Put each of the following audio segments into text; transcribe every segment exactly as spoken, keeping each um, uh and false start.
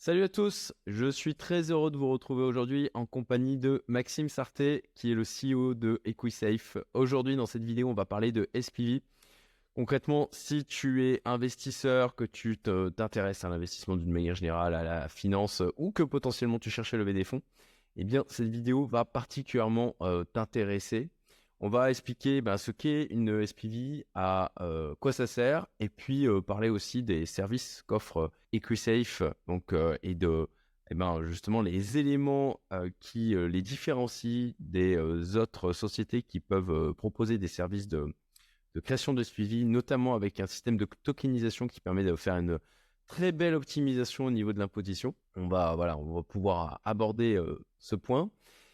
Salut à tous, je suis très heureux de vous retrouver aujourd'hui en compagnie de Maxime Sarté, qui est le C E O de Equisafe. Aujourd'hui, dans cette vidéo, on va parler de S P V. Concrètement, si tu es investisseur, que tu te- t'intéresses à l'investissement d'une manière générale, à la finance, euh, ou que potentiellement tu cherches à lever des fonds, eh bien, cette vidéo va particulièrement euh, t'intéresser. On va expliquer ben, ce qu'est une S P V, à euh, quoi ça sert, et puis euh, parler aussi des services qu'offre euh, Equisafe, donc, euh, et de eh ben, justement les éléments euh, qui euh, les différencient des euh, autres sociétés qui peuvent euh, proposer des services de de création de suivi, notamment avec un système de tokenisation qui permet de faire une très belle optimisation au niveau de l'imposition. On va, voilà, on va pouvoir aborder euh, ce point.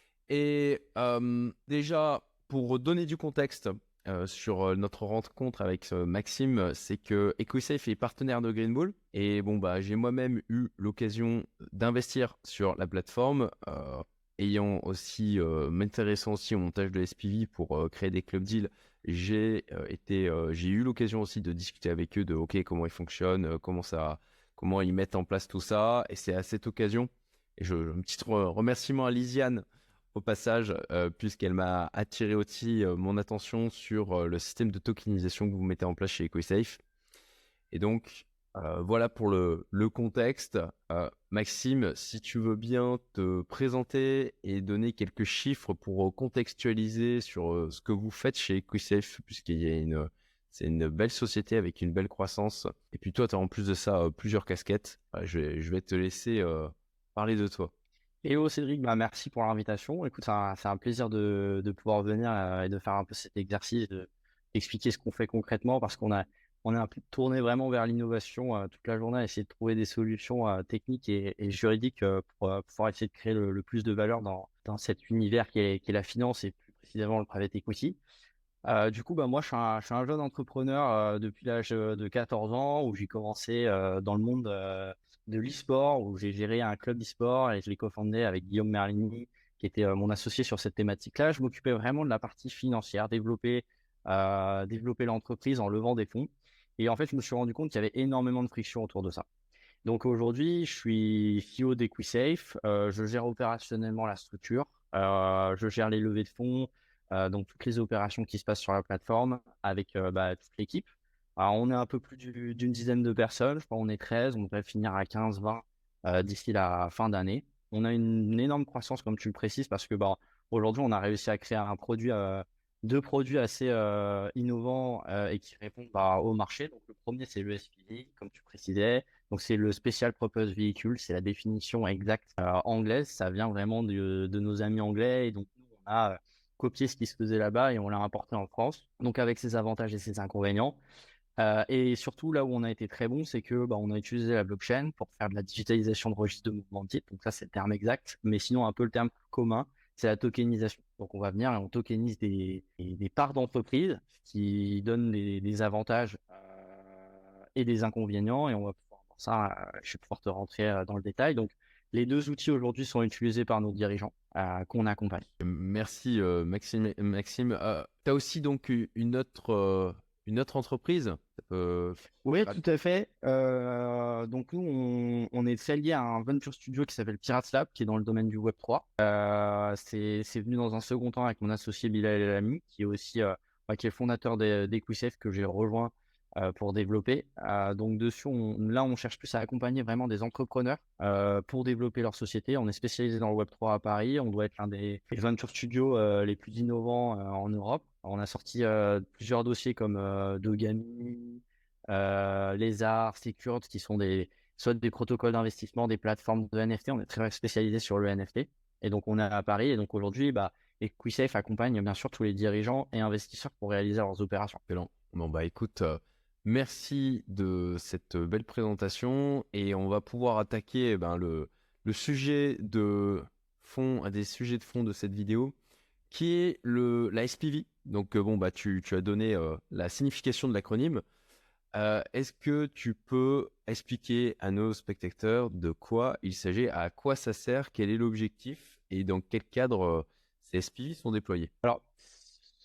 Et euh, déjà, pour donner du contexte euh, sur euh, notre rencontre avec euh, Maxime, c'est que Equisafe est partenaire de Greenbull. Et bon, bah, j'ai moi-même eu l'occasion d'investir sur la plateforme, euh, ayant aussi, euh, m'intéressant aussi au montage de S P V pour euh, créer des club deals. J'ai euh, été, euh, j'ai eu l'occasion aussi de discuter avec eux de OK, comment ils fonctionnent, euh, comment ça, comment ils mettent en place tout ça. Et c'est à cette occasion, et je, un petit remerciement à Lisiane au passage, euh, puisqu'elle m'a attiré aussi euh, mon attention sur euh, le système de tokenisation que vous mettez en place chez Equisafe. Et donc, euh, voilà pour le, le contexte. Euh, Maxime, si tu veux bien te présenter et donner quelques chiffres pour euh, contextualiser sur euh, ce que vous faites chez Equisafe, puisqu'il y a une, c'est une belle société avec une belle croissance. Et puis toi, tu as en plus de ça euh, plusieurs casquettes. Euh, je vais, je vais te laisser euh, parler de toi. Hello Cédric, bah merci pour l'invitation. Écoute, c'est un, c'est un plaisir de, de pouvoir venir euh, et de faire un peu cet exercice, de d'expliquer ce qu'on fait concrètement parce qu'on a on est un peu tourné vraiment vers l'innovation euh, toute la journée, à essayer de trouver des solutions euh, techniques et, et juridiques euh, pour euh, pouvoir essayer de créer le, le plus de valeur dans, dans cet univers qui est, qui est la finance et plus précisément le private equity. Euh, du coup, bah, moi, je suis un, je suis un jeune entrepreneur euh, depuis l'âge de quatorze ans où j'ai commencé euh, dans le monde euh, de l'e-sport, où j'ai géré un club e-sport et je l'ai cofondé avec Guillaume Merlini, qui était euh, mon associé sur cette thématique-là. Je m'occupais vraiment de la partie financière, développer, euh, développer l'entreprise en levant des fonds. Et en fait, je me suis rendu compte qu'il y avait énormément de friction autour de ça. Donc aujourd'hui, je suis C E O d'EquiSafe. Euh, je gère opérationnellement la structure. Euh, je gère les levées de fonds, euh, donc toutes les opérations qui se passent sur la plateforme avec euh, bah, toute l'équipe. Alors, on est un peu plus du- d'une dizaine de personnes. Je crois qu'on est treize. On devrait finir à quinze, vingt euh, d'ici la fin d'année. On a une, une énorme croissance, comme tu le précises, parce que bah, aujourd'hui, on a réussi à créer un produit, euh, deux produits assez euh, innovants euh, et qui répondent bah, au marché. Donc le premier, c'est le S P V, comme tu précisais. Donc c'est le Special Purpose Vehicle, c'est la définition exacte euh, anglaise. Ça vient vraiment de, de nos amis anglais et donc nous on a euh, copié ce qui se faisait là-bas et on l'a importé en France. Donc avec ses avantages et ses inconvénients. Euh, et surtout là où on a été très bon, c'est que bah, on a utilisé la blockchain pour faire de la digitalisation de registres de mouvements de type. Donc ça c'est le terme exact, mais sinon un peu le terme commun, c'est la tokenisation. Donc on va venir et on tokenise des, des, des parts d'entreprise qui donnent des, des avantages euh, et des inconvénients et on va pouvoir voir ça. Euh, je vais pouvoir te rentrer euh, dans le détail. Donc les deux outils aujourd'hui sont utilisés par nos dirigeants euh, qu'on accompagne. Merci euh, Maxime. Maxime, euh, tu as aussi donc u- une autre, euh, une autre entreprise. Ça peut- Oui, tout à fait. Euh, donc nous, on, on est très lié à un venture studio qui s'appelle Pirates Lab, qui est dans le domaine du Web trois. Euh, c'est, c'est venu dans un second temps avec mon associé Bilal El Ami, qui est aussi euh, bah, qui est fondateur des- d'EquiSafe que j'ai rejoint euh, pour développer. Euh, donc dessus, on, là, on cherche plus à accompagner vraiment des entrepreneurs euh, pour développer leur société. On est spécialisé dans le Web trois à Paris. On doit être l'un des, des venture studios euh, les plus innovants euh, en Europe. On a sorti euh, plusieurs dossiers comme euh, Dogami, euh, Lézard, Secured, qui sont des, soit des protocoles d'investissement, des plateformes de N F T. On est très spécialisé sur le N F T. Et donc, on est à Paris. Et donc, aujourd'hui, bah, EquiSafe accompagne bien sûr tous les dirigeants et investisseurs pour réaliser leurs opérations. Excellent. Bon, bah écoute, euh, merci de cette belle présentation et on va pouvoir attaquer eh ben, le, le sujet de fond, un des sujets de fond de cette vidéo, qui est le, la S P V. Donc, euh, bon, bah tu, tu as donné euh, la signification de l'acronyme. Euh, est-ce que tu peux expliquer à nos spectateurs de quoi il s'agit, à quoi ça sert, quel est l'objectif et dans quel cadre euh, ces S P V sont déployés? Alors,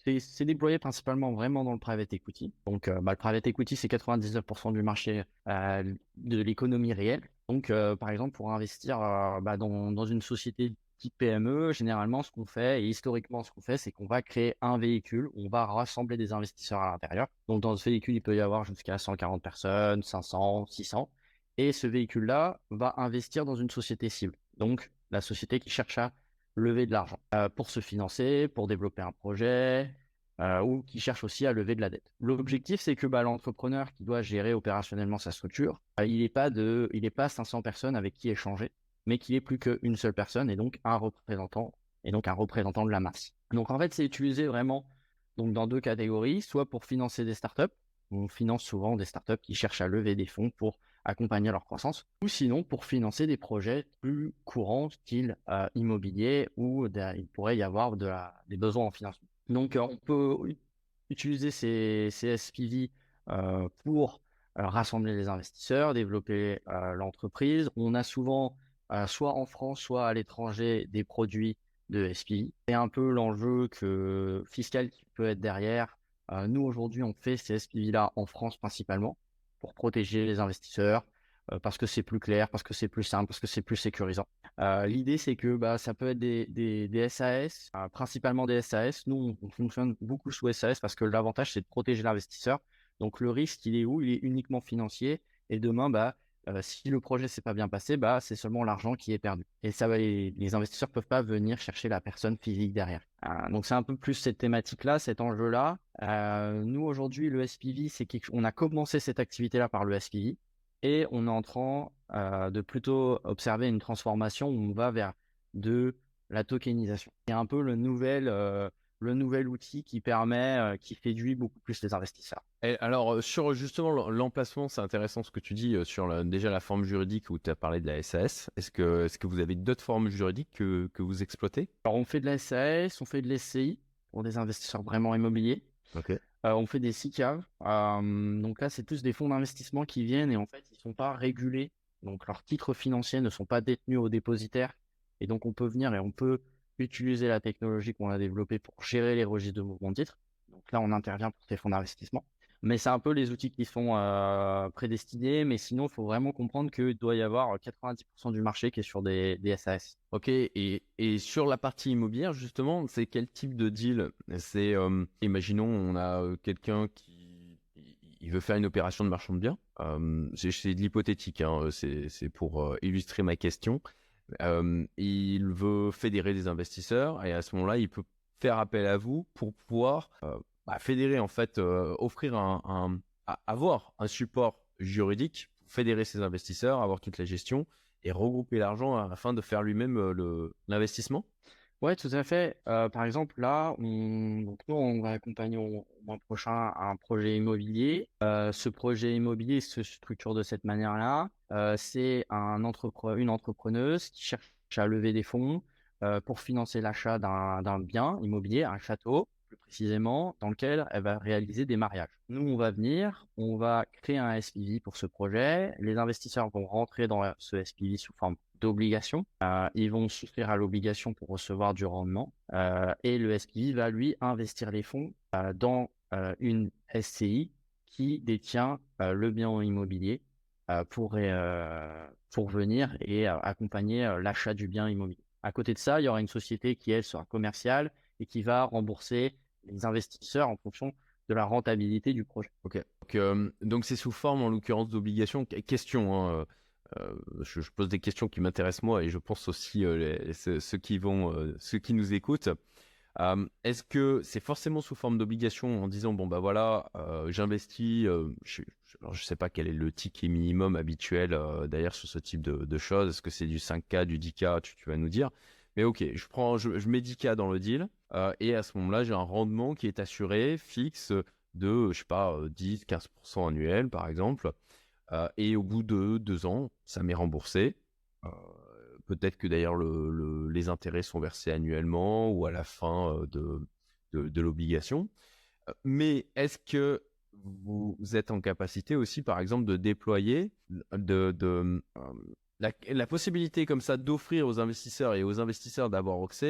c'est c'est déployé principalement vraiment dans le private equity. Donc, heu, bah, le private equity, c'est quatre-vingt-dix-neuf du marché, heu, de l'économie réelle. Donc, heu, par exemple, pour investir, heu, bah, dans dans une société type P M E, généralement, ce qu'on fait et historiquement, ce qu'on fait, c'est qu'on va créer un véhicule, on va rassembler des investisseurs à l'intérieur. Donc, dans ce véhicule, il peut y avoir jusqu'à cent quarante personnes, cinq cents, six cents, et ce véhicule-là va investir dans une société cible. Donc, la société qui cherche à lever de l'argent, heu, pour se financer, pour développer un projet, heu, ou qui cherche aussi à lever de la dette. L'objectif, c'est que, bah, l'entrepreneur qui doit gérer opérationnellement sa structure, bah, il ait pas de il ait pas cinq cents personnes avec qui échanger, mais qu'il ait plus qu'une seule personne et donc un représentant et donc un représentant de la masse. Donc en fait, c'est utilisé vraiment donc dans deux catégories, soit pour financer des startups. On finance souvent des startups qui cherchent à lever des fonds pour accompagner leur croissance, ou sinon pour financer des projets plus courants, style euh, immobilier, où de- il pourrait y avoir de la- des besoins en financement. Donc, euh, on peut u- utiliser ces, ces S P V euh, pour euh, rassembler les investisseurs, développer euh, l'entreprise. On a souvent, euh, soit en France, soit à l'étranger, des produits de S P V. C'est un peu l'enjeu que, fiscal qui peut être derrière. Euh, nous, aujourd'hui, on fait ces S P V-là en France principalement pour protéger les investisseurs, euh, parce que c'est plus clair, parce que c'est plus simple, parce que c'est plus sécurisant. Euh, l'idée, c'est que bah, ça peut être des, des, des S A S, euh, principalement des S A S. Nous, on, on fonctionne beaucoup sous S A S parce que l'avantage, c'est de protéger l'investisseur. Donc, le risque, il est où? Il est uniquement financier. Et demain, bah, euh, si le projet s'est pas bien passé, bah, c'est seulement l'argent qui est perdu. Et ça va, les, les investisseurs peuvent pas venir chercher la personne physique derrière. Euh, donc, c'est un peu plus cette thématique-là, cet enjeu-là. Euh, nous, aujourd'hui, le S P V, c'est quelque... on a commencé cette activité-là par le S P V. Et on est en train euh, de plutôt observer une transformation où on va vers de la tokenisation. C'est un peu le nouvel, euh, le nouvel outil qui permet, euh, qui séduit beaucoup plus les investisseurs. Et alors, euh, sur justement l'em- l'emplacement, c'est intéressant ce que tu dis euh, sur la- déjà la forme juridique où tu as parlé de la S A S. Est-ce que, est-ce que vous avez d'autres formes juridiques que, que vous exploitez? Alors, on fait de la S A S, on fait de l'S C I pour des investisseurs vraiment immobiliers. Ok. Euh, on fait des S I C A V. Euh, donc là, c'est plus des fonds d'investissement qui viennent et en fait, ils ne sont pas régulés. Donc leurs titres financiers ne sont pas détenus aux dépositaires. Et donc, on peut venir et on peut utiliser la technologie qu'on a développée pour gérer les registres de mouvement de titres. Donc là, on intervient pour ces fonds d'investissement. Mais c'est un peu les outils qui sont euh, prédestinés. Mais sinon, il faut vraiment comprendre qu'il doit y avoir quatre-vingt-dix pour cent du marché qui est sur des, des S A S. Ok, et, et sur la partie immobilière, justement, c'est quel type de deal? C'est, euh, imaginons, on a euh, quelqu'un qui il veut faire une opération de marchand de biens. Euh, c'est c'est de l'hypothétique, hein, c'est c'est pour euh, illustrer ma question. Euh, il veut fédérer des investisseurs et à ce moment-là, il peut faire appel à vous pour pouvoir euh, bah, fédérer, en fait, euh, offrir un, un- a- avoir un support juridique pour fédérer ses investisseurs, avoir toute la gestion et regrouper l'argent afin de faire lui-même euh, le, l'investissement. Ouais, tout à fait. Euh, par exemple, là, on, donc nous, on va accompagner au au mois prochain un projet immobilier. Euh, ce projet immobilier se structure de cette manière-là. Euh, c'est un entrepre- une entrepreneuse qui cherche à lever des fonds euh, pour financer l'achat d'un d'un bien immobilier, un château, plus précisément, dans lequel elle va réaliser des mariages. Nous, on va venir, on va créer un S P V pour ce projet. Les investisseurs vont rentrer dans ce S P V sous forme d'obligation. Euh, ils vont souscrire à l'obligation pour recevoir du rendement. Euh, et le S P V va, lui, investir les fonds euh, dans euh, une S C I qui détient euh, le bien immobilier euh, pour, euh, pour venir et euh, accompagner euh, l'achat du bien immobilier. À côté de ça, il y aura une société qui, elle, sera commerciale et qui va rembourser les investisseurs en fonction de la rentabilité du projet. Ok. Donc, euh, donc c'est sous forme, en l'occurrence, d'obligation. Question, hein, euh, je, je pose des questions qui m'intéressent moi et je pense aussi euh, les- ceux, ceux qui vont, euh, ceux qui nous écoutent. Euh, est-ce que c'est forcément sous forme d'obligation en disant bon bah voilà, euh, j'investis, euh, je, je, alors, je sais pas quel est le ticket minimum habituel euh, d'ailleurs sur ce type de, de choses. Est-ce que c'est du cinq K, du dix K, tu, tu vas nous dire. Mais ok, je prends, je, je mets dix K dans le deal euh, et à ce moment-là j'ai un rendement qui est assuré fixe de je sais pas euh, dix, quinze pour cent annuel par exemple. Euh, et au bout de deux ans, ça m'est remboursé. Euh, Peut-être que d'ailleurs le, le- les intérêts sont versés annuellement ou à la fin euh, de, de, de l'obligation. Euh, Mais est-ce que vous êtes en capacité aussi, par exemple, de déployer de, de, euh, la, la possibilité comme ça d'offrir aux investisseurs et aux investisseurs d'avoir accès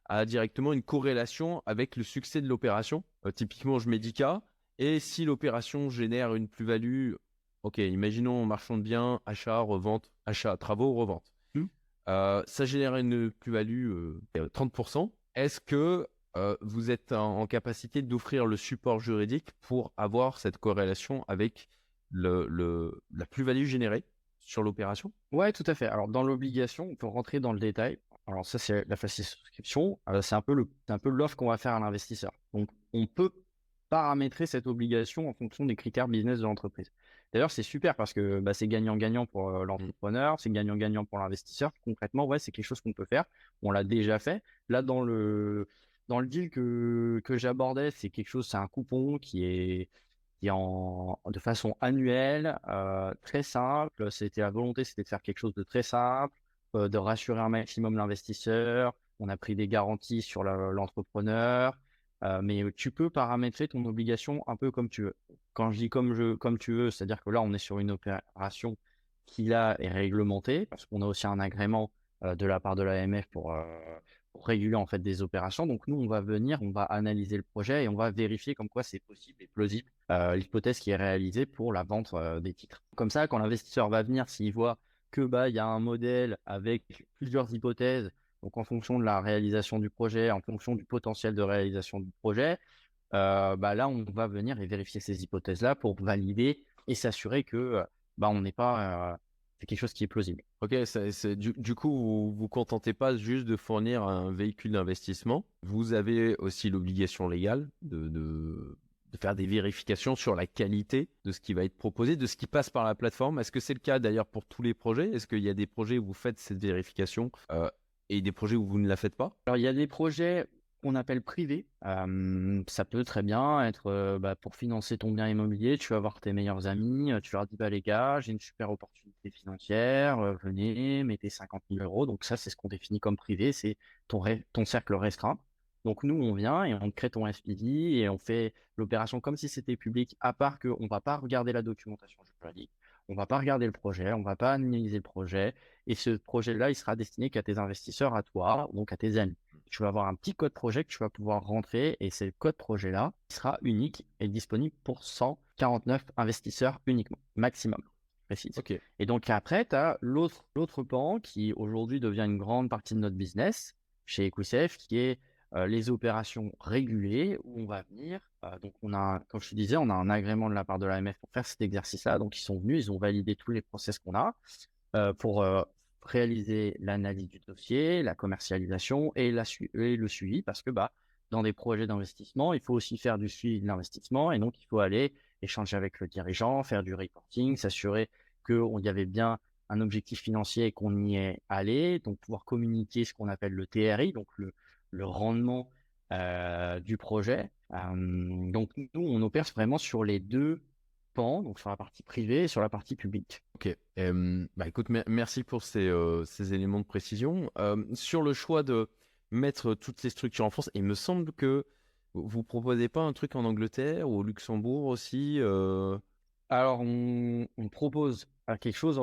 a directement une corrélation avec le succès de l'opération. Euh, typiquement, je mets dix K, et si l'opération génère une plus-value, ok, imaginons marchand de biens, achat, revente, achat, travaux, revente. Hmm. Euh, ça génère une plus-value euh, trente pour cent. Est-ce que euh, vous êtes en, en capacité d'offrir le support juridique pour avoir cette corrélation avec le, le- la plus-value générée sur l'opération? Ouais, tout à fait. Alors, dans l'obligation, on peut rentrer dans le détail. Alors, ça, c'est la facile souscription. Euh, c'est un peu le, c'est un peu l'offre qu'on va faire à l'investisseur. Donc, on peut paramétrer cette obligation en fonction des critères business de l'entreprise. D'ailleurs, c'est super parce que bah, c'est gagnant-gagnant pour euh, l'entrepreneur, c'est gagnant-gagnant pour l'investisseur. Concrètement, ouais, c'est quelque chose qu'on peut faire. On l'a déjà fait. Là, dans le, dans le deal que, que j'abordais, c'est quelque chose, c'est un coupon qui est qui est en, de façon annuelle, euh, très simple. C'était la volonté, c'était de faire quelque chose de très simple, euh, de rassurer un maximum l'investisseur. On a pris des garanties sur la- l'entrepreneur, euh, mais tu peux paramétrer ton obligation un peu comme tu veux. Quand je dis comme, je, comme tu veux, c'est-à-dire que là, on est sur une opération qui là est réglementée, parce qu'on a aussi un agrément euh, de la part de l'A M F pour, euh, pour réguler en fait des opérations. Donc nous, on va venir, on va analyser le projet et on va vérifier comme quoi c'est possible et plausible euh, l'hypothèse qui est réalisée pour la vente euh, des titres. Comme ça, quand l'investisseur va venir, s'il voit que bah il y a un modèle avec plusieurs hypothèses, donc en fonction de la réalisation du projet, en fonction du potentiel de réalisation du projet, euh, bah là on va venir et vérifier ces hypothèses-là pour valider et s'assurer que euh, bah on n'est pas euh, c'est quelque chose qui est plausible. Ok, ça- c'est- du, du coup, vous vous contentez pas juste de fournir un véhicule d'investissement. Vous avez aussi l'obligation légale de, de, de faire des vérifications sur la qualité de ce qui va être proposé, de ce qui passe par la plateforme. Est-ce que c'est le cas d'ailleurs pour tous les projets? Est-ce qu'il y a des projets où vous faites cette vérification euh, et des projets où vous ne la faites pas? Alors, il y a des projets qu'on appelle privés. Euh, ça peut très bien être euh, bah, pour financer ton bien immobilier. Tu vas voir tes meilleurs amis. euh, Tu leur dis, bah, les gars, j'ai une super opportunité financière. euh, venez, mettez cinquante mille euros. Donc, ça, c'est ce qu'on définit comme privé. C'est ton, ré- ton cercle restreint. Donc, nous, on vient et on crée ton S P V et on fait l'opération comme si c'était public, à part qu'on ne va pas regarder la documentation juridique. On ne va pas regarder le projet. On ne va pas analyser le projet. Et ce projet-là, il sera destiné qu'à tes investisseurs, à toi, donc à tes amis. Tu vas avoir un petit code projet que tu vas pouvoir rentrer et ce code projet-là sera unique et disponible pour cent quarante-neuf investisseurs uniquement, maximum, précise. Ok. Et donc après, tu as l'autre, l'autre pan qui aujourd'hui devient une grande partie de notre business chez EquiSafe, qui est euh, les opérations régulées où on va venir. Euh, donc on a, comme je te disais, on a un agrément de la part de l'A M F pour faire cet exercice-là. Donc ils sont venus, ils ont validé tous les process qu'on a euh, pour euh, réaliser l'analyse du dossier, la commercialisation et, la su- et le suivi, parce que bah, dans des projets d'investissement, il faut aussi faire du suivi de l'investissement, et donc il faut aller échanger avec le dirigeant, faire du reporting, s'assurer qu'il y avait bien un objectif financier et qu'on y est allé, donc pouvoir communiquer ce qu'on appelle le T R I, donc le, le rendement euh, du projet. Euh, donc nous, on opère vraiment sur les deux pans, donc sur la partie privée et sur la partie publique. Ok. Euh, bah écoute, mer- merci pour ces, euh, ces éléments de précision. Euh, sur le choix de mettre toutes ces structures en France, il me semble que vous proposez pas un truc en Angleterre ou au Luxembourg aussi. euh, Alors, on, on propose euh, quelque chose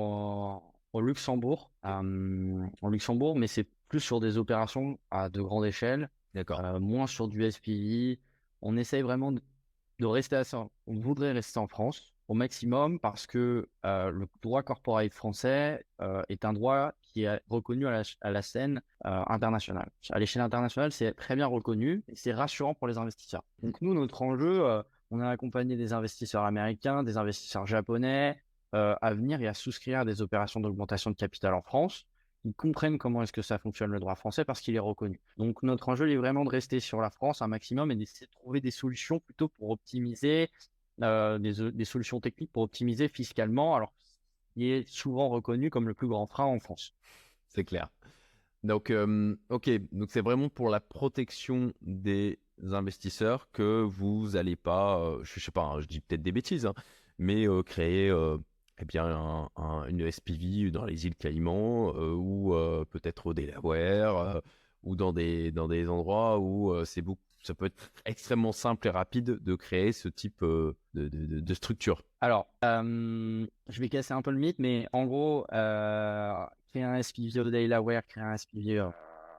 en, au Luxembourg, euh, en Luxembourg, mais c'est plus sur des opérations à de grande échelle, D'accord. euh, moins sur du S P V. On essaye vraiment de, de rester à ça. On voudrait rester en France au maximum parce que euh, le droit corporate français euh, est un droit qui est reconnu à la, à la scène euh, internationale. À l'échelle internationale, c'est très bien reconnu et c'est rassurant pour les investisseurs. Donc nous, notre enjeu, euh, on a accompagné des investisseurs américains, des investisseurs japonais euh, à venir et à souscrire à des opérations d'augmentation de capital en France. Ils comprennent comment est-ce que ça fonctionne le droit français parce qu'il est reconnu. Donc notre enjeu il est vraiment de rester sur la France un maximum et d'essayer de trouver des solutions plutôt pour optimiser, euh, des, des solutions techniques pour optimiser fiscalement, alors qu'il est souvent reconnu comme le plus grand frein en France. C'est clair. Donc, euh, ok, donc c'est vraiment pour la protection des investisseurs que vous n'allez pas, euh, je, je sais pas, hein, je dis peut-être des bêtises, hein, mais euh, créer euh, eh bien un- un- une S P V dans les îles Caïmans euh, ou euh, peut-être au Delaware euh, ou dans des, dans des endroits où euh, c'est beaucoup, ça peut être extrêmement simple et rapide de créer ce type euh, de, de- de- de structure. Alors, euh, je vais casser un peu le mythe, mais en gros, euh, créer un S P V au Delaware, créer un S P V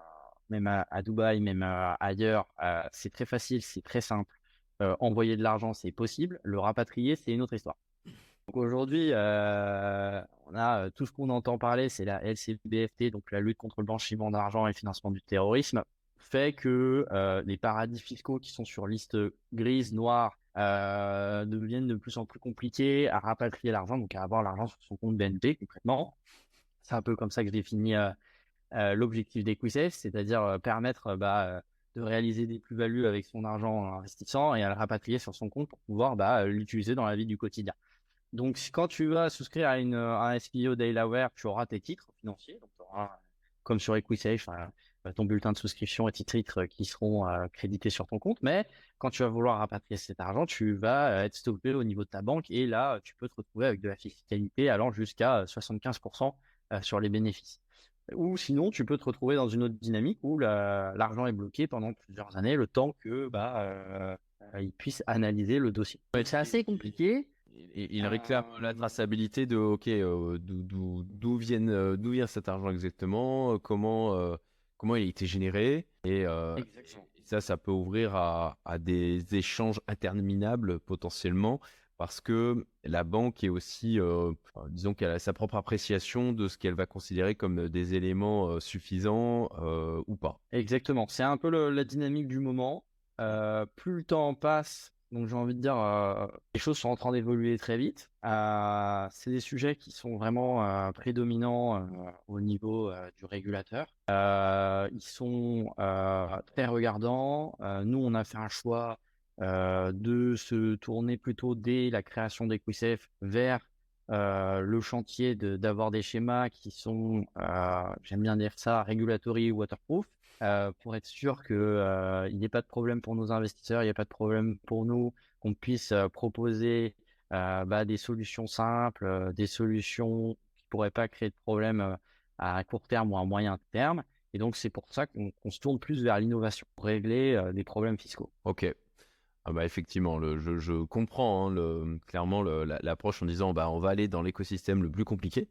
même à, à Dubaï, même à- ailleurs, euh, c'est très facile, c'est très simple. Euh, envoyer de l'argent, c'est possible. Le rapatrier, c'est une autre histoire. Donc aujourd'hui, euh, on a euh, tout ce qu'on entend parler, c'est la L C B F T, donc la lutte contre le blanchiment d'argent et le financement du terrorisme, fait que euh, les paradis fiscaux qui sont sur liste grise, noire, euh, deviennent de plus en plus compliqués à rapatrier l'argent, donc à avoir l'argent sur son compte B N P concrètement. C'est un peu comme ça que je définis euh, euh, l'objectif d'EquiSafe, c'est-à-dire euh, permettre euh, bah, euh, de réaliser des plus-values avec son argent en investissant et à le rapatrier sur son compte pour pouvoir bah, euh, l'utiliser dans la vie du quotidien. Donc, si- quand tu vas souscrire à, une, à un S P I O Delaware, tu auras tes titres financiers. Donc, tu auras, comme sur EquiSafe, euh, ton bulletin de souscription et tes titres qui seront euh, crédités sur ton compte. Mais quand tu vas vouloir rapatrier cet argent, tu vas euh, être stoppé au niveau de ta banque et là, tu peux te retrouver avec de la fiscalité allant jusqu'à soixante-quinze pour cent euh, sur les bénéfices. Ou sinon, tu peux te retrouver dans une autre dynamique où la- l'argent est bloqué pendant plusieurs années, le temps que bah, euh, euh, ils puissent analyser le dossier. Ouais, c'est assez compliqué. Il, il réclame la traçabilité de, ok, euh, d'où d'où- d'où viennent, euh, d'où vient cet argent exactement, euh, comment, euh, comment il a été généré, et, euh, Exactement. et ça, ça peut ouvrir à, à des échanges interminables potentiellement, parce que la banque est aussi, euh, enfin, disons qu'elle a sa propre appréciation de ce qu'elle va considérer comme des éléments euh, suffisants euh, ou pas. Exactement. C'est un peu le- la dynamique du moment. Euh, plus le temps passe, donc j'ai envie de dire, euh, les choses sont en train d'évoluer très vite. Euh, c'est des sujets qui sont vraiment euh, prédominants euh, au niveau euh, du régulateur. Euh, ils sont euh, très regardants. Euh, nous, on a fait un choix euh, de se tourner plutôt dès la création d'EquiSafe vers euh, le chantier de- d'avoir des schémas qui sont, euh, j'aime bien dire ça, regulatory waterproof euh, pour être sûr qu'il euh, n'y ait pas de problème pour nos investisseurs, il n'y a pas de problème pour nous, qu'on puisse euh, proposer euh, bah, des solutions simples, euh, des solutions qui ne pourraient pas créer de problème euh, à court terme ou à moyen terme. Et donc, c'est pour ça qu'on qu'on se tourne plus vers l'innovation pour régler euh, des problèmes fiscaux. Ok. Ah bah effectivement, le, je, je comprends hein, le, clairement le- la- l'approche en disant bah on va aller dans l'écosystème le plus compliqué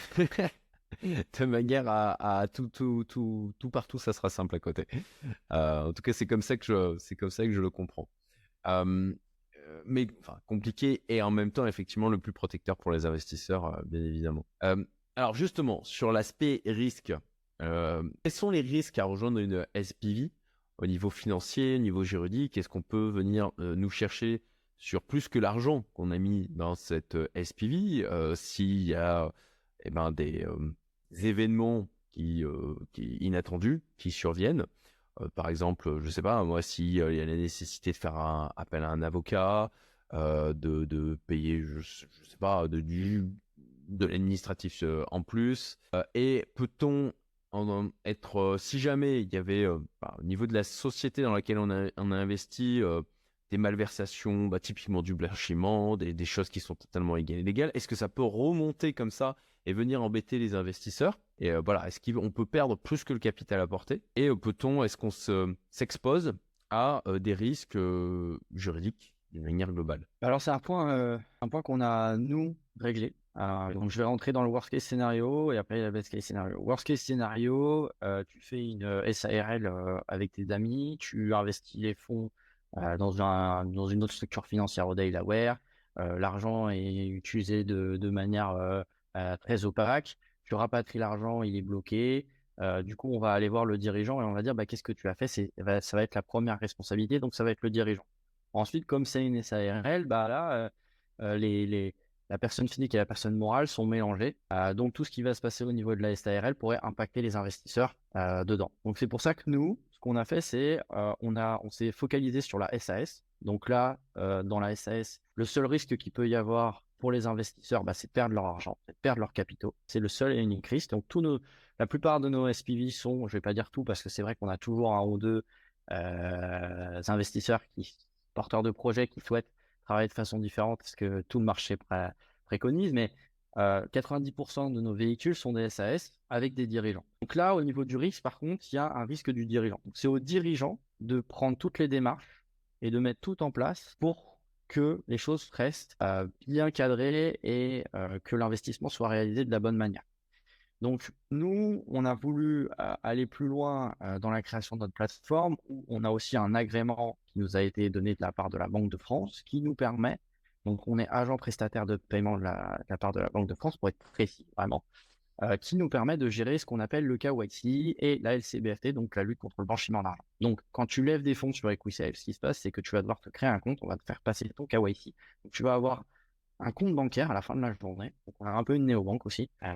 de manière à, à tout, tout, tout, tout partout ça sera simple à côté. Euh, en tout cas c'est comme ça que je c'est comme ça que je le comprends. Euh, euh, mais enfin compliqué et en même temps effectivement le plus protecteur pour les investisseurs euh, bien évidemment. Euh, alors justement sur l'aspect risque, euh, quels sont les risques à rejoindre une S P V? Au niveau financier, au niveau juridique, est-ce qu'on peut venir euh, nous chercher sur plus que l'argent qu'on a mis dans cette euh, S P V euh, s'il y a eh ben, des, euh, des événements qui, euh, qui inattendus qui surviennent? Euh, par exemple, je sais pas, moi, s'il y a la nécessité de faire un appel à un avocat, euh, de, de payer, je, je sais pas, de, du, de l'administratif euh, en plus. Euh, et peut-on en être, euh, si jamais il y avait euh, bah, au niveau de la société dans laquelle on a, on a investi euh, des malversations, bah, typiquement du blanchiment, des, des choses qui sont totalement illégales, est-ce que ça peut remonter comme ça et venir embêter les investisseurs? Et euh, voilà, est-ce qu'on peut perdre plus que le capital apporté? Et euh, peut-on, est-ce qu'on se, s'expose à euh, des risques euh, juridiques d'une manière globale? Alors, c'est un point, euh, un point qu'on a, nous, réglé. Euh, donc, je vais rentrer dans le worst case scénario et après, il y a le best case scénario. Worst case scénario, euh, tu fais une euh, S A R L euh, avec tes amis, tu investis les fonds euh, dans un, dans une autre structure financière au Delaware. Euh, l'argent est utilisé de, de manière euh, euh, très opaque. Tu rapatries l'argent, il est bloqué. Euh, du coup, on va aller voir le dirigeant et on va dire, bah, qu'est-ce que tu as fait? C'est, bah, ça va être la première responsabilité, donc ça va être le dirigeant. Ensuite, comme c'est une S A R L, bah là, euh, euh, les, les- la personne physique et la personne morale sont mélangées. Euh, donc, tout ce qui va se passer au niveau de la S A R L pourrait impacter les investisseurs euh, dedans. Donc, c'est pour ça que nous, ce qu'on a fait, c'est euh, on a, on s'est focalisé sur la S A S. Donc là, euh, dans la S A S, le seul risque qu'il peut y avoir pour les investisseurs, bah, c'est de perdre leur argent, c'est de perdre leurs capitaux. C'est le seul et unique risque. Donc, tous nos, la plupart de nos S P V sont, je vais pas dire tout parce que c'est vrai qu'on a toujours un ou deux euh, investisseurs qui porteurs de projets qui souhaitent travailler de façon différente parce que tout le marché pré préconise, mais euh, quatre-vingt-dix pour cent de nos véhicules sont des S A S avec des dirigeants. Donc là, au niveau du risque, par contre, il y a un risque du dirigeant. C'est au dirigeant de prendre toutes les démarches et de mettre tout en place pour que les choses restent euh, bien cadrées et euh, que l'investissement soit réalisé de la bonne manière. Donc, nous, on a voulu euh, aller plus loin euh, dans la création de notre plateforme où on a aussi un agrément qui nous a été donné de la part de la Banque de France qui nous permet, donc on est agent prestataire de paiement de la, de la part de la Banque de France pour être précis, vraiment, euh, qui nous permet de gérer ce qu'on appelle le K Y C et la L C B F T, donc la lutte contre le blanchiment d'argent. Donc, quand tu lèves des fonds sur EquiSafe, ce qui se passe, c'est que tu vas devoir te créer un compte, on va te faire passer ton K Y C. Donc, tu vas avoir un compte bancaire à la fin de la journée. Donc, on a un peu une néobanque aussi. Euh,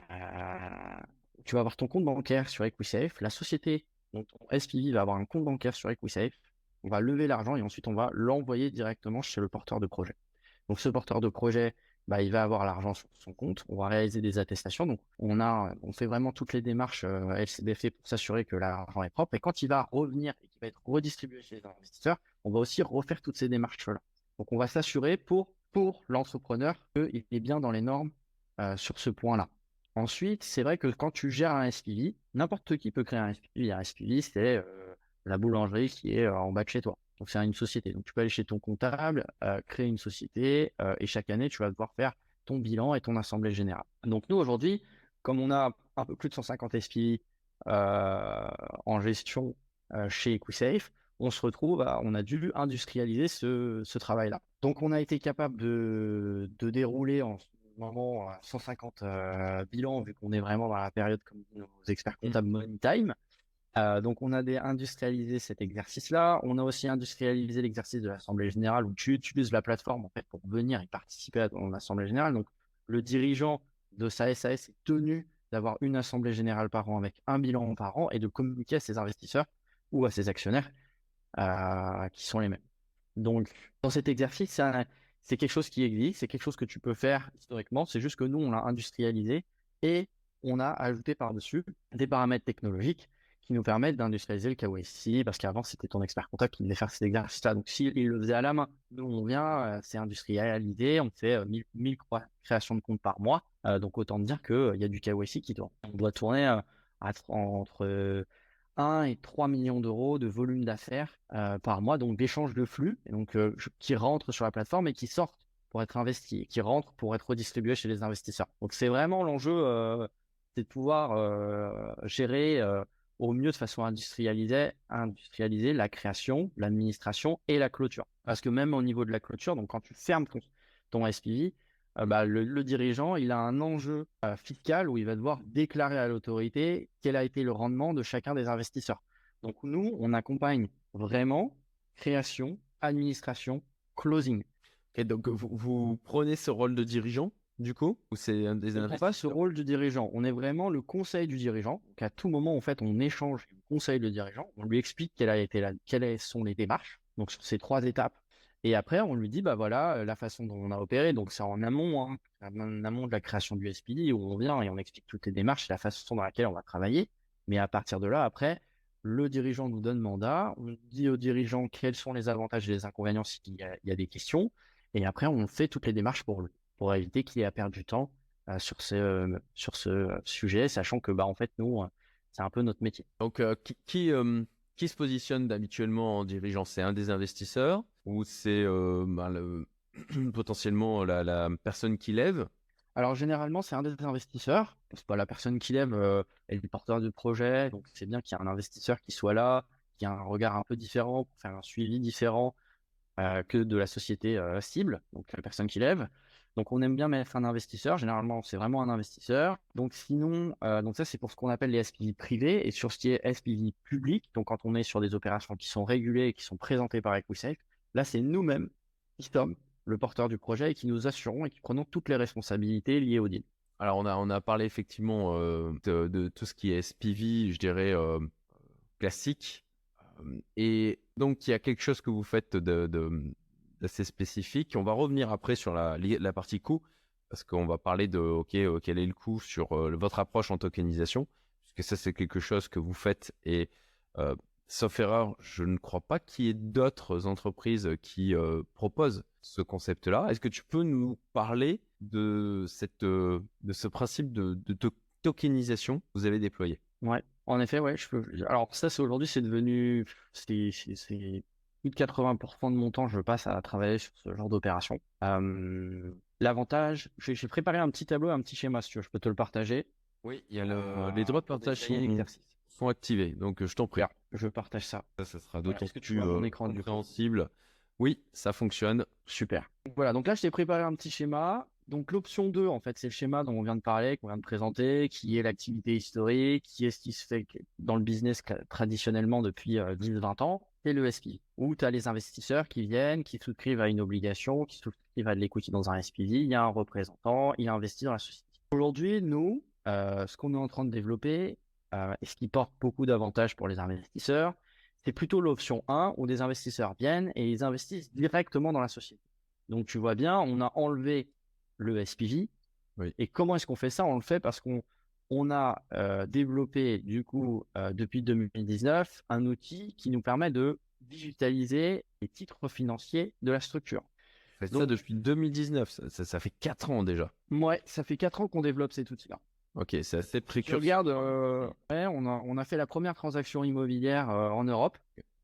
tu vas avoir ton compte bancaire sur EquiSafe. La société, donc ton S P V, va avoir un compte bancaire sur EquiSafe. On va lever l'argent et ensuite on va l'envoyer directement chez le porteur de projet. Donc, ce porteur de projet, bah, il va avoir l'argent sur son compte. On va réaliser des attestations. Donc, on a, on fait vraiment toutes les démarches euh, L C B F T pour s'assurer que l'argent est propre. Et quand il va revenir et qu'il va être redistribué chez les investisseurs, on va aussi refaire toutes ces démarches-là. Donc, on va s'assurer pour, pour l'entrepreneur qu'il est bien dans les normes euh, sur ce point-là. Ensuite, c'est vrai que quand tu gères un S P V, n'importe qui peut créer un S P V. Un S P V, c'est euh, la boulangerie qui est euh, en bas de chez toi. Donc, c'est une société. Donc, tu peux aller chez ton comptable, euh, créer une société euh, et chaque année, tu vas devoir faire ton bilan et ton assemblée générale. Donc, nous, aujourd'hui, comme on a un peu plus de cent cinquante S P V euh, en gestion euh, chez EquiSafe, on se retrouve à, on a dû industrialiser ce, ce travail-là. Donc, on a été capable de, de dérouler en ce moment cent cinquante euh, bilans, vu qu'on est vraiment dans la période, comme nos experts comptables, money time. Euh, donc, on a des, industrialisé cet exercice-là. On a aussi industrialisé l'exercice de l'Assemblée générale où tu utilises la plateforme en fait, pour venir et participer à ton Assemblée générale. Donc, le dirigeant de sa S A S est tenu d'avoir une Assemblée générale par an avec un bilan par an et de communiquer à ses investisseurs ou à ses actionnaires euh, qui sont les mêmes. Donc, dans cet exercice, ça, c'est quelque chose qui existe, c'est quelque chose que tu peux faire historiquement. C'est juste que nous, on l'a industrialisé et on a ajouté par-dessus des paramètres technologiques qui nous permettent d'industrialiser le K Y C, parce qu'avant, c'était ton expert comptable qui devait faire cet exercice-là. Donc, s'il le faisait à la main, nous, on vient, euh, c'est industrialisé, on fait euh, mille, mille créations de comptes par mois. Euh, donc, autant dire qu'il euh, y a du K Y C qui tourne. On doit tourner euh, à, entre euh, un et trois millions d'euros de volume d'affaires euh, par mois, donc d'échanges de flux, et donc, euh, qui rentrent sur la plateforme et qui sortent pour être investis, qui rentrent pour être redistribués chez les investisseurs. Donc, c'est vraiment l'enjeu, euh, c'est de pouvoir euh, gérer euh, au mieux de façon industrialisée, industrialisée la création, l'administration et la clôture. Parce que même au niveau de la clôture, donc quand tu fermes ton, ton S P V, euh, bah, le, le dirigeant, il a un enjeu euh, fiscal où il va devoir déclarer à l'autorité quel a été le rendement de chacun des investisseurs. Donc nous, on accompagne vraiment création, administration, closing. Et donc, vous, vous prenez ce rôle de dirigeant, du coup, ou c'est un des On ne prend pas ce rôle du dirigeant. On est vraiment le conseil du dirigeant. Donc, à tout moment, en fait, on échange, on conseille le dirigeant. On lui explique quelle a été la, quelles sont les démarches. Donc, sur ces trois étapes. Et après, on lui dit, bah voilà, la façon dont on a opéré. Donc, c'est en amont, hein, en amont de la création du S P D où on vient et on explique toutes les démarches et la façon dans laquelle on va travailler. Mais à partir de là, après, le dirigeant nous donne mandat. On dit au dirigeant quels sont les avantages et les inconvénients s'il y a, il y a des questions. Et après, on fait toutes les démarches pour lui, pour éviter qu'il ait à perdre du temps euh, sur ce, euh, sur ce sujet, sachant que, bah, en fait, nous, euh, c'est un peu notre métier. Donc, euh, qui, qui, euh, qui se positionne habituellement en dirigeant? C'est un des investisseurs ou c'est euh, ben, le- potentiellement la, la personne qui lève? Alors, généralement, c'est un des investisseurs. C'est pas la personne qui lève, euh, elle est le porteur du projet. Donc, c'est bien qu'il y ait un investisseur qui soit là, qui a un regard un peu différent, pour faire un suivi différent euh, que de la société euh, cible, donc la personne qui lève. Donc, on aime bien mettre un investisseur. Généralement, c'est vraiment un investisseur. Donc, sinon, euh, donc ça, c'est pour ce qu'on appelle les S P V privés. Et sur ce qui est S P V public, donc quand on est sur des opérations qui sont régulées et qui sont présentées par EquiSafe, là, c'est nous-mêmes qui sommes le porteur du projet et qui nous assurons et qui prenons toutes les responsabilités liées au deal. Alors, on a, on a parlé effectivement euh, de, de tout ce qui est S P V, je dirais euh, classique. Euh, Et donc, il y a quelque chose que vous faites de, de- d'assez spécifique. On va revenir après sur la, li- la partie coût, parce qu'on va parler de OK, euh, quel est le coût sur euh, votre approche en tokenisation, puisque ça, c'est quelque chose que vous faites. Et euh, sauf erreur, je ne crois pas qu'il y ait d'autres entreprises qui euh, proposent ce concept-là. Est-ce que tu peux nous parler de, cette, euh, de ce principe de, de to- tokenisation que vous avez déployé? Ouais, en effet, ouais, je peux. Alors, ça, c'est aujourd'hui, c'est devenu. C'est c'est- c'est plus de quatre-vingts pour cent de mon temps, je passe à travailler sur ce genre d'opération. Euh, L'avantage, j'ai j'ai préparé un petit tableau, un petit schéma, si tu veux, je peux te le partager. Oui, il y a le... euh, les droits de pour partage détailler sont, l'exercice. sont activés, donc euh, je t'en prie. Regarde, je partage ça. Ça, ça sera Voilà. d'autant Est-ce que tu plus vois mon euh, écran du coup? compréhensible. Oui, ça fonctionne. Super. Donc, voilà, donc là, je t'ai préparé un petit schéma. Donc l'option deux, en fait, c'est le schéma dont on vient de parler, qu'on vient de présenter, qui est l'activité historique, qui est ce qui se fait que- dans le business cla- traditionnellement depuis euh, dix vingt ans, c'est le S P V, où tu as les investisseurs qui viennent, qui souscrivent à une obligation, qui souscrivent à de l'equity dans un S P V, il y a un représentant, il investit dans la société. Aujourd'hui, nous, euh, ce qu'on est en train de développer, euh, et ce qui porte beaucoup d'avantages pour les investisseurs, c'est plutôt l'option un où des investisseurs viennent et ils investissent directement dans la société. Donc tu vois bien, on a enlevé le S P V. Oui. Et comment est-ce qu'on fait ça? On le fait parce qu'on on a euh, développé du coup euh, depuis deux mille dix-neuf un outil qui nous permet de digitaliser les titres financiers de la structure. Faites ça Donc, depuis deux mille dix-neuf, ça, ça, ça fait quatre ans déjà. ouais, ça fait quatre ans qu'on développe cet outil-là. Ok, c'est assez Si tu précurseur. regardes, euh, ouais, on a, on a fait la première transaction immobilière euh, en Europe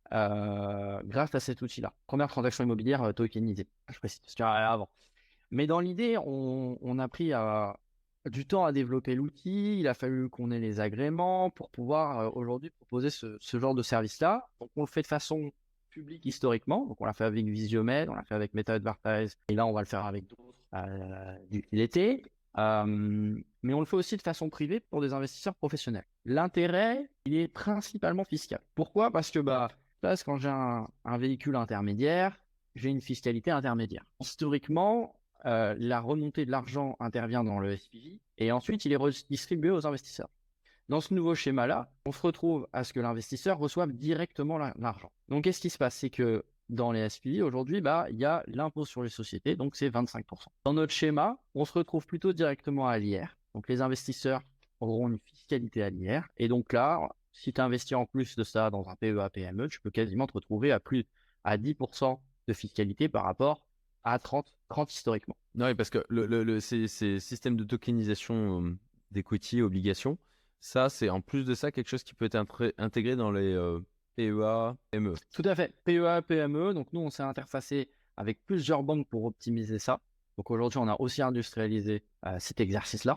euh, grâce à cet outil-là. Première transaction immobilière euh, tokenisée. Je précise, parce qu'il y en avait avant. Mais dans l'idée, on, on a pris euh, du temps à développer l'outil. Il a fallu qu'on ait les agréments pour pouvoir euh, aujourd'hui proposer ce, ce genre de service-là. Donc, on le fait de façon publique historiquement. Donc, on l'a fait avec Visiomed, on l'a fait avec Meta Advertise, et là, on va le faire avec d'autres euh, d'utilité. Euh, mais on le fait aussi de façon privée pour des investisseurs professionnels. L'intérêt, il est principalement fiscal. Pourquoi? Parce que bah, parce quand j'ai un, un véhicule intermédiaire, j'ai une fiscalité intermédiaire. Historiquement, euh, la remontée de l'argent intervient dans le S P V et ensuite il est redistribué aux investisseurs. Dans ce nouveau schéma-là, on se retrouve à ce que l'investisseur reçoive directement l'argent. Donc, qu'est-ce qui se passe? C'est que dans les S P V, aujourd'hui, bah, il y a l'impôt sur les sociétés, donc c'est vingt-cinq pour cent. Dans notre schéma, on se retrouve plutôt directement à l'I R. Donc, les investisseurs auront une fiscalité à l'I R. Et donc là, si tu investis en plus de ça dans un P E A P M E, tu peux quasiment te retrouver à plus à dix pour cent de fiscalité par rapport à trente, trente historiquement. Non, oui, parce que le, le, le- ces, ces systèmes de tokenisation euh, d'equity, obligations, ça, c'est en plus de ça quelque chose qui peut être intré- intégré dans les euh, P E A, M E. Tout à fait. P E A, P M E. Donc, nous, on s'est interfacé avec plusieurs banques pour optimiser ça. Donc, aujourd'hui, on a aussi industrialisé euh, cet exercice-là.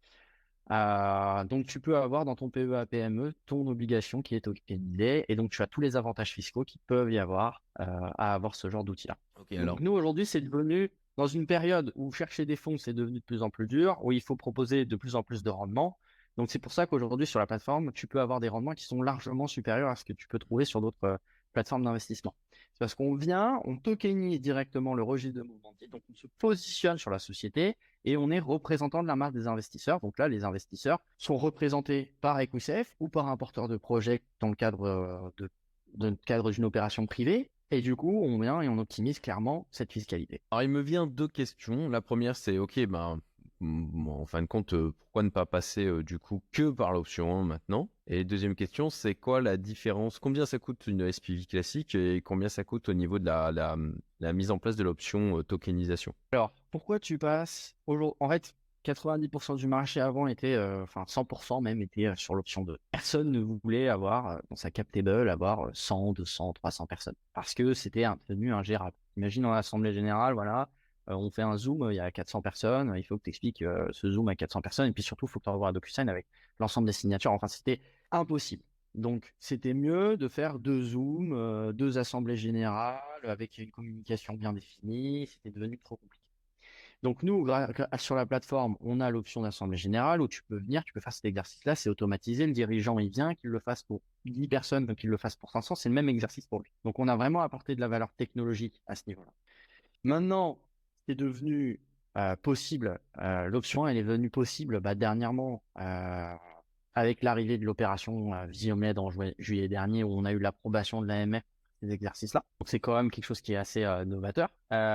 Euh, donc, tu peux avoir dans ton P E A, P M E ton obligation qui est tokenisée. Et donc, tu as tous les avantages fiscaux qui peuvent y avoir euh, à avoir ce genre d'outil-là. Ok, alors. Donc, nous, aujourd'hui, c'est devenu, dans une période où chercher des fonds, c'est devenu de plus en plus dur, où il faut proposer de plus en plus de rendements. Donc, c'est pour ça qu'aujourd'hui, sur la plateforme, tu peux avoir des rendements qui sont largement supérieurs à ce que tu peux trouver sur d'autres euh, plateformes d'investissement. C'est parce qu'on vient, on tokenise directement le registre de mouvement de titres, donc on se positionne sur la société et on est représentant de la marque des investisseurs. Donc là, les investisseurs sont représentés par EquiSafe ou par un porteur de projet dans le cadre euh, de, de cadre d'une opération privée. Et du coup, on vient et on optimise clairement cette fiscalité. Alors, il me vient deux questions. La première, c'est, ok, ben, mm, en fin de compte, euh, pourquoi ne pas passer euh, du coup que par l'option un maintenant? Et deuxième question, c'est quoi la différence? Combien ça coûte une S P V classique et combien ça coûte au niveau de la, la, la mise en place de l'option euh, tokenisation? Alors, pourquoi tu passes aujourd'hui? En fait, quatre-vingt-dix pour cent du marché avant était, euh, enfin cent pour cent même était euh, sur l'option deux. Personne ne voulait avoir euh, dans sa cap table avoir euh, cent, deux cents, trois cents personnes parce que c'était un- devenu ingérable. Imagine en assemblée générale, voilà, euh, on fait un zoom, il y a quatre cents personnes, il faut que tu expliques euh, ce zoom à quatre cents personnes et puis surtout, il faut que tu envoies un DocuSign avec l'ensemble des signatures. Enfin, c'était impossible. Donc, c'était mieux de faire deux zooms, euh, deux assemblées générales avec une communication bien définie. C'était devenu trop compliqué. Donc nous, gra- gra- sur la plateforme, on a l'option d'assemblée générale où tu peux venir, tu peux faire cet exercice-là, c'est automatisé, le dirigeant il vient, qu'il le fasse pour dix personnes, donc qu'il le fasse pour cinq cents, c'est le même exercice pour lui. Donc on a vraiment apporté de la valeur technologique à ce niveau-là. Maintenant, c'est devenu euh, possible, euh, l'option elle est devenue possible bah, dernièrement euh, avec l'arrivée de l'opération euh, Visiomed en juillet, juillet dernier où on a eu l'approbation de l'A M F ces exercices-là. Donc c'est quand même quelque chose qui est assez euh, novateur.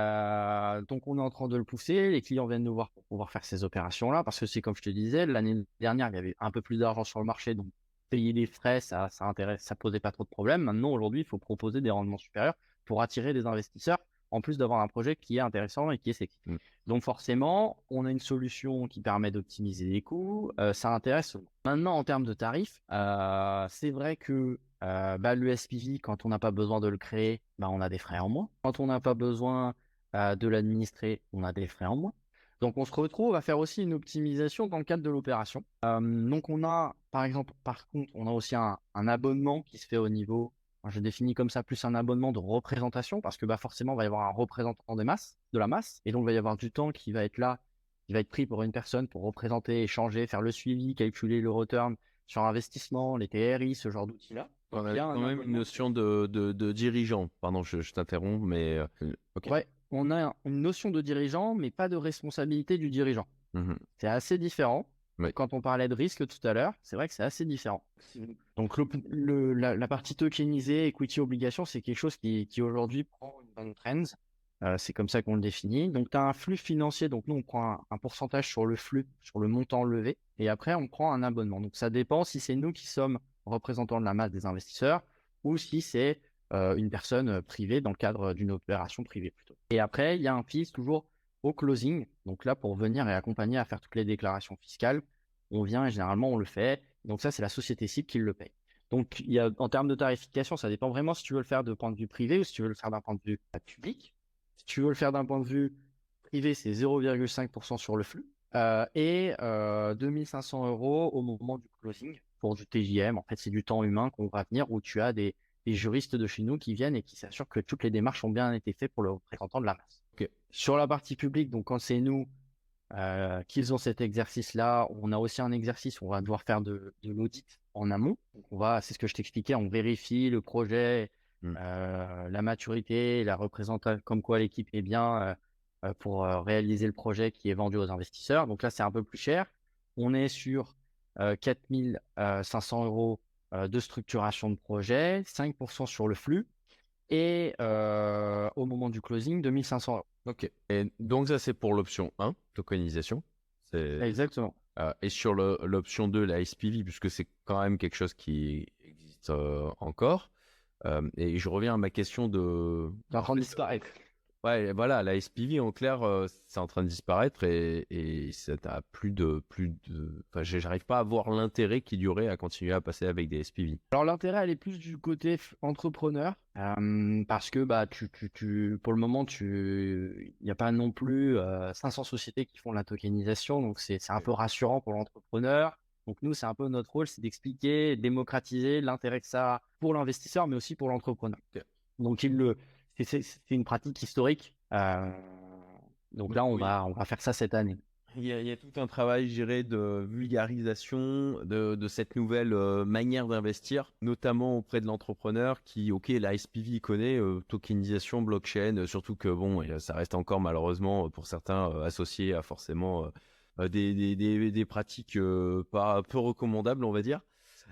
Euh, donc on est en train de le pousser. Les clients viennent nous voir pour pouvoir faire ces opérations-là parce que c'est comme je te disais, l'année dernière il y avait un peu plus d'argent sur le marché, donc payer les frais, ça, ça intéresse, ça posait pas trop de problèmes. Maintenant aujourd'hui, il faut proposer des rendements supérieurs pour attirer des investisseurs en plus d'avoir un projet qui est intéressant et qui est sexy. Mm. Donc forcément, on a une solution qui permet d'optimiser les coûts, euh, ça intéresse. Maintenant, en termes de tarifs, euh, c'est vrai que euh, bah, le S P V, quand on n'a pas besoin de le créer, bah, on a des frais en moins. Quand on n'a pas besoin euh, de l'administrer, on a des frais en moins. Donc, on se retrouve à faire aussi une optimisation dans le cadre de l'opération. Euh, donc, on a, par exemple, par contre, on a aussi un, un abonnement qui se fait au niveau, je définis comme ça, plus un abonnement de représentation, parce que bah, forcément, il va y avoir un représentant des masses, de la masse, et donc il va y avoir du temps qui va être là, qui va être pris pour une personne pour représenter, échanger, faire le suivi, calculer le return sur investissement, les T R I, ce genre d'outils-là. On Donc, il a y a un quand même une abonnement. notion de, de, de dirigeant. Pardon, je, je t'interromps, mais euh, ok. Ouais, on a une notion de dirigeant, mais pas de responsabilité du dirigeant. Mhm. C'est assez différent. Oui. Quand on parlait de risque tout à l'heure, c'est vrai que c'est assez différent. Donc le, le- la, la partie tokenisée, equity obligation, c'est quelque chose qui, qui aujourd'hui prend une bonne trend. Euh, c'est comme ça qu'on le définit. Donc tu as un flux financier, donc nous on prend un, un pourcentage sur le flux, sur le montant levé, et après on prend un abonnement. Donc ça dépend si c'est nous qui sommes représentants de la masse des investisseurs ou si c'est euh, une personne privée dans le cadre d'une opération privée plutôt. Et après, il y a un fee toujours au closing. Donc là, pour venir et accompagner à faire toutes les déclarations fiscales, on vient et généralement on le fait. Donc ça, c'est la société cible qui le paye. Donc il y a, en termes de tarification, ça dépend vraiment si tu veux le faire de point de vue privé ou si tu veux le faire d'un point de vue public. Si tu veux le faire d'un point de vue privé, c'est zéro virgule cinq pour cent sur le flux euh, et euh, deux mille cinq cents euros au moment du closing pour du T J M. En fait, c'est du temps humain qu'on va venir où tu as des, des juristes de chez nous qui viennent et qui s'assurent que toutes les démarches ont bien été faites pour le représentant de la masse. Ok. Sur la partie publique, donc quand c'est nous euh, qu'ils ont cet exercice-là, on a aussi un exercice où on va devoir faire de, de l'audit en amont. Donc on va, c'est ce que je t'expliquais, on vérifie le projet, Mm. euh, la maturité, la représentation, comme quoi l'équipe est bien euh, euh, pour euh, réaliser le projet qui est vendu aux investisseurs. Donc là, c'est un peu plus cher. On est sur euh, quatre mille cinq cents euros euh, de structuration de projet, cinq pour cent sur le flux et euh, au moment du closing, deux mille cinq cents euros. Ok. Et donc ça c'est pour l'option un, tokenisation. C'est Exactement. euh, et sur le- l'option deux, la S P V, puisque c'est quand même quelque chose qui existe euh, encore. Euh, et je reviens à ma question de. C'est en train de disparaître. Ouais, voilà, la S P V en clair, euh, c'est en train de disparaître et, et ça n'a plus de plus de. Enfin, j'ai- j'arrive pas à voir l'intérêt qu'il y aurait à continuer à passer avec des S P V. Alors l'intérêt, elle est plus du côté f- entrepreneur, euh, parce que bah tu, tu, tu, pour le moment, tu, il n'y a pas non plus euh, cinq cents sociétés qui font la tokenisation, donc c'est c'est un peu rassurant pour l'entrepreneur. Donc nous, c'est un peu notre rôle, c'est d'expliquer, démocratiser l'intérêt que ça a pour l'investisseur, mais aussi pour l'entrepreneur. Ok. Donc il le, c'est c'est- c'est une pratique historique. Euh, donc là, on Oui. va on va faire ça cette année. Il y, a, il y a tout un travail, je dirais, de vulgarisation de, de cette nouvelle euh, manière d'investir, notamment auprès de l'entrepreneur qui, ok, la S P V il connaît, euh, tokenisation, blockchain, euh, surtout que bon, et, euh, ça reste encore malheureusement euh, pour certains euh, associé à forcément euh, euh, des, des, des, des pratiques euh, pas peu recommandables, on va dire.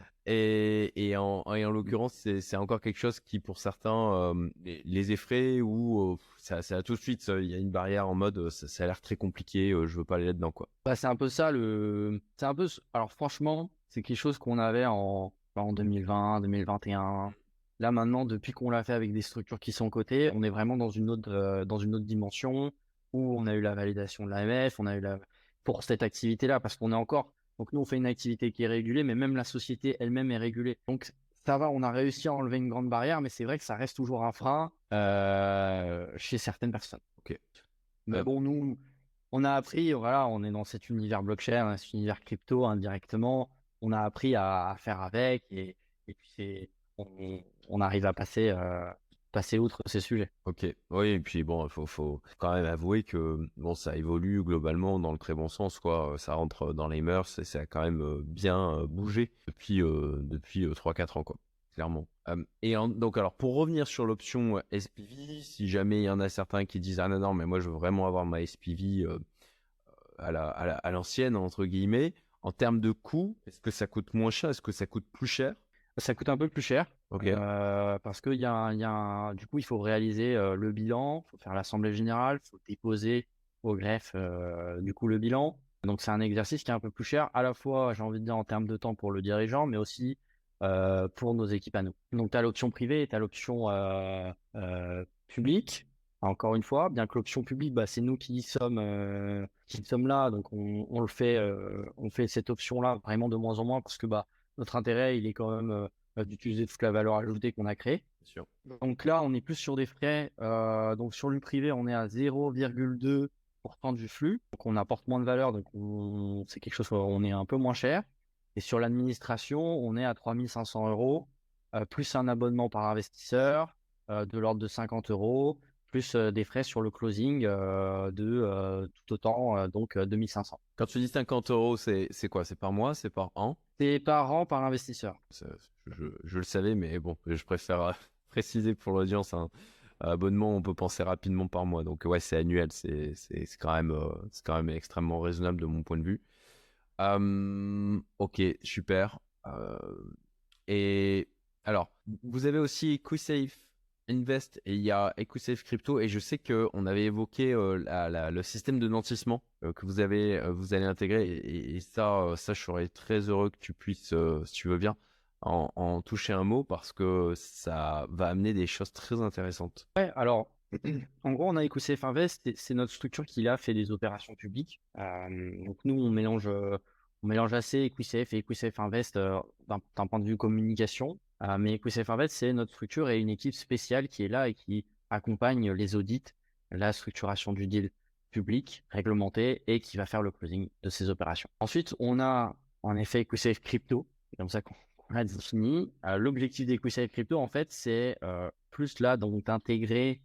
Et, et en, et en l'occurrence, c'est c'est encore quelque chose qui, pour certains, euh, les, les effraie ou euh, ça, ça tout de suite, ça, il y a une barrière en mode euh, ça, ça a l'air très compliqué, euh, je veux pas aller là-dedans, quoi. Bah, c'est un peu ça le. C'est un peu. ce- Alors franchement, c'est quelque chose qu'on avait en, en deux mille vingt, deux mille vingt et un. Là maintenant, depuis qu'on l'a fait avec des structures qui sont cotées, on est vraiment dans une autre, euh, dans une autre dimension où on a eu la validation de l'A M F, on a eu la pour cette activité-là, parce qu'on est encore. Donc nous, on fait une activité qui est régulée, mais même la société elle-même est régulée. Donc ça va, on a réussi à enlever une grande barrière, mais c'est vrai que ça reste toujours un frein euh, chez certaines personnes. Ok. Mais Euh, bon, nous, on a appris, voilà, on est dans cet univers blockchain, dans cet univers crypto indirectement. On a appris à, à faire avec et, et puis c'est, on, on arrive à passer, euh, passer outre ces sujets. Ok, oui, et puis bon, il faut, faut quand même avouer que bon, ça évolue globalement dans le très bon sens, quoi. Ça rentre dans les mœurs et ça a quand même euh, bien euh, bougé depuis, euh, depuis euh, trois quatre ans, quoi, clairement. Euh, et en- donc, alors, pour revenir sur l'option euh, S P V, si jamais il y en a certains qui disent, ah non, non, mais moi, je veux vraiment avoir ma S P V euh, à la, à la- à l'ancienne, entre guillemets, en termes de coût, est-ce que ça coûte moins cher? Est-ce que ça coûte plus cher? Ça coûte un peu plus cher Ok, euh, parce que il y a, un- il y a un- du coup, il faut réaliser euh, le bilan, il faut faire l'assemblée générale, il faut déposer au greffe euh, du coup le bilan. Donc c'est un exercice qui est un peu plus cher, à la fois, j'ai envie de dire, en termes de temps pour le dirigeant, mais aussi euh, pour nos équipes à nous. Donc tu as l'option privée et tu as l'option euh, euh, publique. Encore une fois, bien que l'option publique, bah, c'est nous qui sommes, euh, qui sommes là, donc on, on le fait, euh, on fait cette option-là vraiment de moins en moins parce que bah, notre intérêt, il est quand même euh, euh, d'utiliser toute la valeur ajoutée qu'on a créée. bien sûr. Donc là, on est plus sur des frais. Euh, donc sur le privé, on est à zéro virgule deux pour cent du flux. Donc, on apporte moins de valeur, donc on- c'est quelque chose où on est un peu moins cher. Et sur l'administration, on est à trois mille cinq cents euros, euh, plus un abonnement par investisseur euh, de l'ordre de cinquante euros, plus euh, des frais sur le closing euh, de euh, tout autant, euh, donc euh, deux mille cinq cents. Quand tu dis cinquante euros, c'est c'est quoi? C'est par mois? C'est par an? C'est par an par investisseur. Ça, je, je le savais, mais bon, je préfère euh, préciser pour l'audience. Un abonnement, on peut penser rapidement par mois. Donc ouais, c'est annuel. C'est c'est c'est quand même euh, c'est quand même extrêmement raisonnable de mon point de vue. Euh, ok, super. Euh, et alors, vous avez aussi EquiSafe Invest et il y a EquiSafe Crypto. Et je sais qu'on avait évoqué euh, la- la- le système de nantissement euh, que vous avez, euh, vous allez intégrer. Et, et ça, euh, ça, je serais très heureux que tu puisses, euh, si tu veux bien, en, en toucher un mot parce que ça va amener des choses très intéressantes. Ouais, alors, en gros, on a EcoSafe Invest, c'est c'est notre structure qui là fait des opérations publiques. Euh, donc nous, on mélange, euh, on mélange assez EquiSafe et EquiSafe Invest euh, d'un d'un point de vue communication. Euh, mais EquiSafe Invest, c'est notre structure et une équipe spéciale qui est là et qui accompagne les audits, la structuration du deal public, réglementé, et qui va faire le closing de ces opérations. Ensuite, on a en effet EquiSafe Crypto, c'est comme ça qu'on qu'on l'a défini. Euh, L'objectif d'EquiSafe Crypto, en fait, c'est euh, plus là donc d'intégrer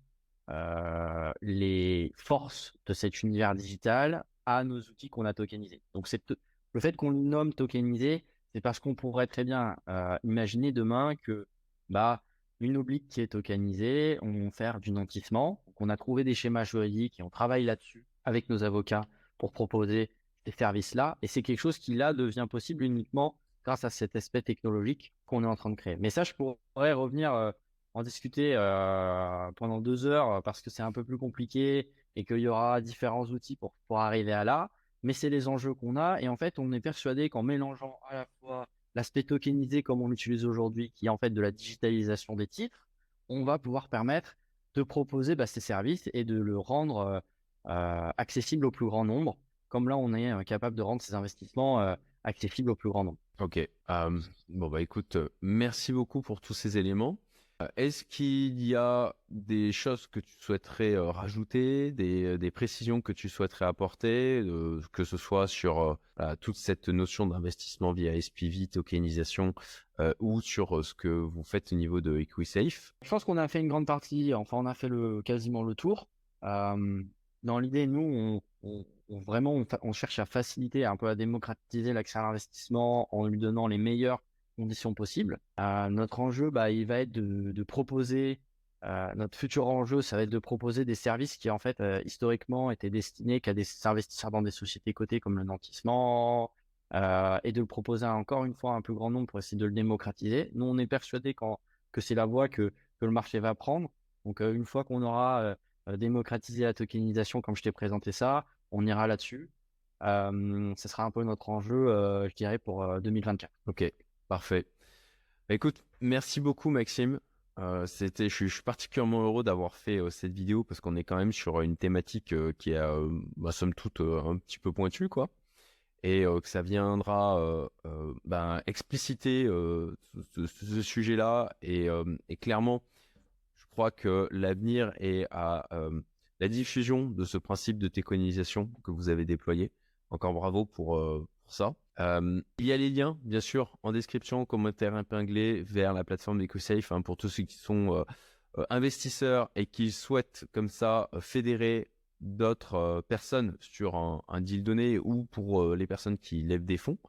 euh, les forces de cet univers digital à nos outils qu'on a tokenisés. Donc c'est le fait qu'on le nomme tokenisé, c'est parce qu'on pourrait très bien euh, imaginer demain que bah une oblique qui est tokenisée, on va faire du nantissement. Donc on a trouvé des schémas juridiques et on travaille là-dessus avec nos avocats pour proposer ces services-là. Et c'est quelque chose qui là devient possible uniquement grâce à cet aspect technologique qu'on est en train de créer. Mais ça, je pourrais revenir euh, en discuter euh, pendant deux heures euh, parce que c'est un peu plus compliqué et qu'il y aura différents outils pour, pour arriver à là. Mais c'est les enjeux qu'on a. Et en fait, on est persuadé qu'en mélangeant à la fois l'aspect tokenisé comme on l'utilise aujourd'hui, qui est en fait de la digitalisation des titres, on va pouvoir permettre de proposer bah, ces services et de le rendre euh, euh, accessible au plus grand nombre. Comme là, on est euh, capable de rendre ces investissements euh, accessibles au plus grand nombre. Ok. Euh, bon bah écoute, euh, merci beaucoup pour tous ces éléments. Euh, Est-ce qu'il y a des choses que tu souhaiterais euh, rajouter, des, des précisions que tu souhaiterais apporter, euh, que ce soit sur euh, voilà, toute cette notion d'investissement via S P V, tokenisation, euh, ou sur euh, ce que vous faites au niveau de EquiSafe? Je pense qu'on a fait une grande partie, enfin on a fait le, quasiment le tour. Euh, dans l'idée, nous, on, on- on- vraiment, on, fa- on cherche à faciliter, un peu à démocratiser l'accès à l'investissement en lui donnant les meilleures conditions possibles. Euh, notre enjeu, bah, il va être de, de proposer, euh, notre futur enjeu, ça va être de proposer des services qui, en fait, euh, historiquement étaient destinés qu'à des investisseurs dans des sociétés cotées comme le nantissement, euh, et de le proposer encore une fois à un plus grand nombre pour essayer de le démocratiser. Nous, on est persuadé qu'en que c'est la voie que, que le marché va prendre. Donc, euh, une fois qu'on aura euh, euh, démocratisé la tokenisation, comme je t'ai présenté ça, on ira là-dessus. Euh, ce sera un peu notre enjeu, euh, je dirais, pour euh, deux mille vingt-quatre. Ok, parfait. Bah, écoute, merci beaucoup Maxime. Euh, c'était, je suis, je suis particulièrement heureux d'avoir fait euh, cette vidéo parce qu'on est quand même sur une thématique euh, qui est, euh, bah, somme toute, euh, un petit peu pointue, quoi. Et euh, que ça viendra euh, euh, ben, expliciter euh, ce, ce- ce sujet-là. Et, euh, et clairement, je crois que l'avenir est à euh, la diffusion de ce principe de téconisation que vous avez déployé. Encore bravo pour, euh, pour ça. Euh, il y a les liens, bien sûr, en description, commentaires épinglés vers la plateforme d'EcoSafe hein, pour tous ceux qui sont euh, euh, investisseurs et qui souhaitent comme ça euh, fédérer d'autres euh, personnes sur un, un deal donné ou pour euh, les personnes qui lèvent des fonds.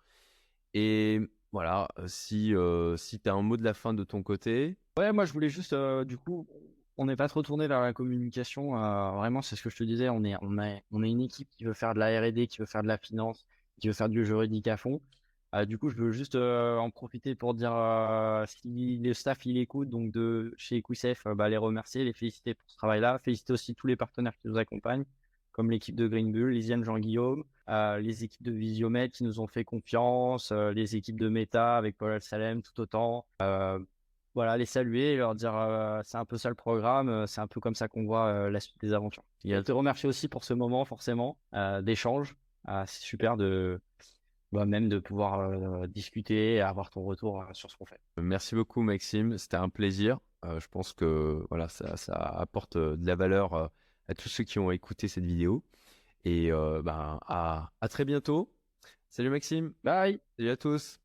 Et voilà, euh, si, euh, si tu as un mot de la fin de ton côté. Ouais, moi, je voulais juste, euh, du coup, on n'est pas trop tourné vers la communication. Euh, vraiment, c'est ce que je te disais. On est, on est, on est une équipe qui veut faire de la R et D, qui veut faire de la finance, qui veut faire du juridique à fond. Euh, du coup, je veux juste euh, en profiter pour dire euh, si le staff il écoute, donc de chez EquiSafe, euh, bah, les remercier, les féliciter pour ce travail-là. Féliciter aussi tous les partenaires qui nous accompagnent, comme l'équipe de Green Bull, Lisiane, Jean-Guillaume, euh, les équipes de Visiomed qui nous ont fait confiance, euh, les équipes de Meta avec Paul Salem tout autant. Euh, voilà, les saluer et leur dire euh, c'est un peu ça le programme, euh, c'est un peu comme ça qu'on voit euh, la suite des aventures. Et te remercier aussi pour ce moment, forcément, euh, d'échange. Euh, c'est super de bah, même de pouvoir euh, discuter et avoir ton retour euh, sur ce qu'on fait. Merci beaucoup Maxime, c'était un plaisir. Euh, je pense que voilà, ça, ça apporte euh, de la valeur euh, à tous ceux qui ont écouté cette vidéo. Et euh, ben, à, à très bientôt. Salut Maxime, Bye. salut à tous.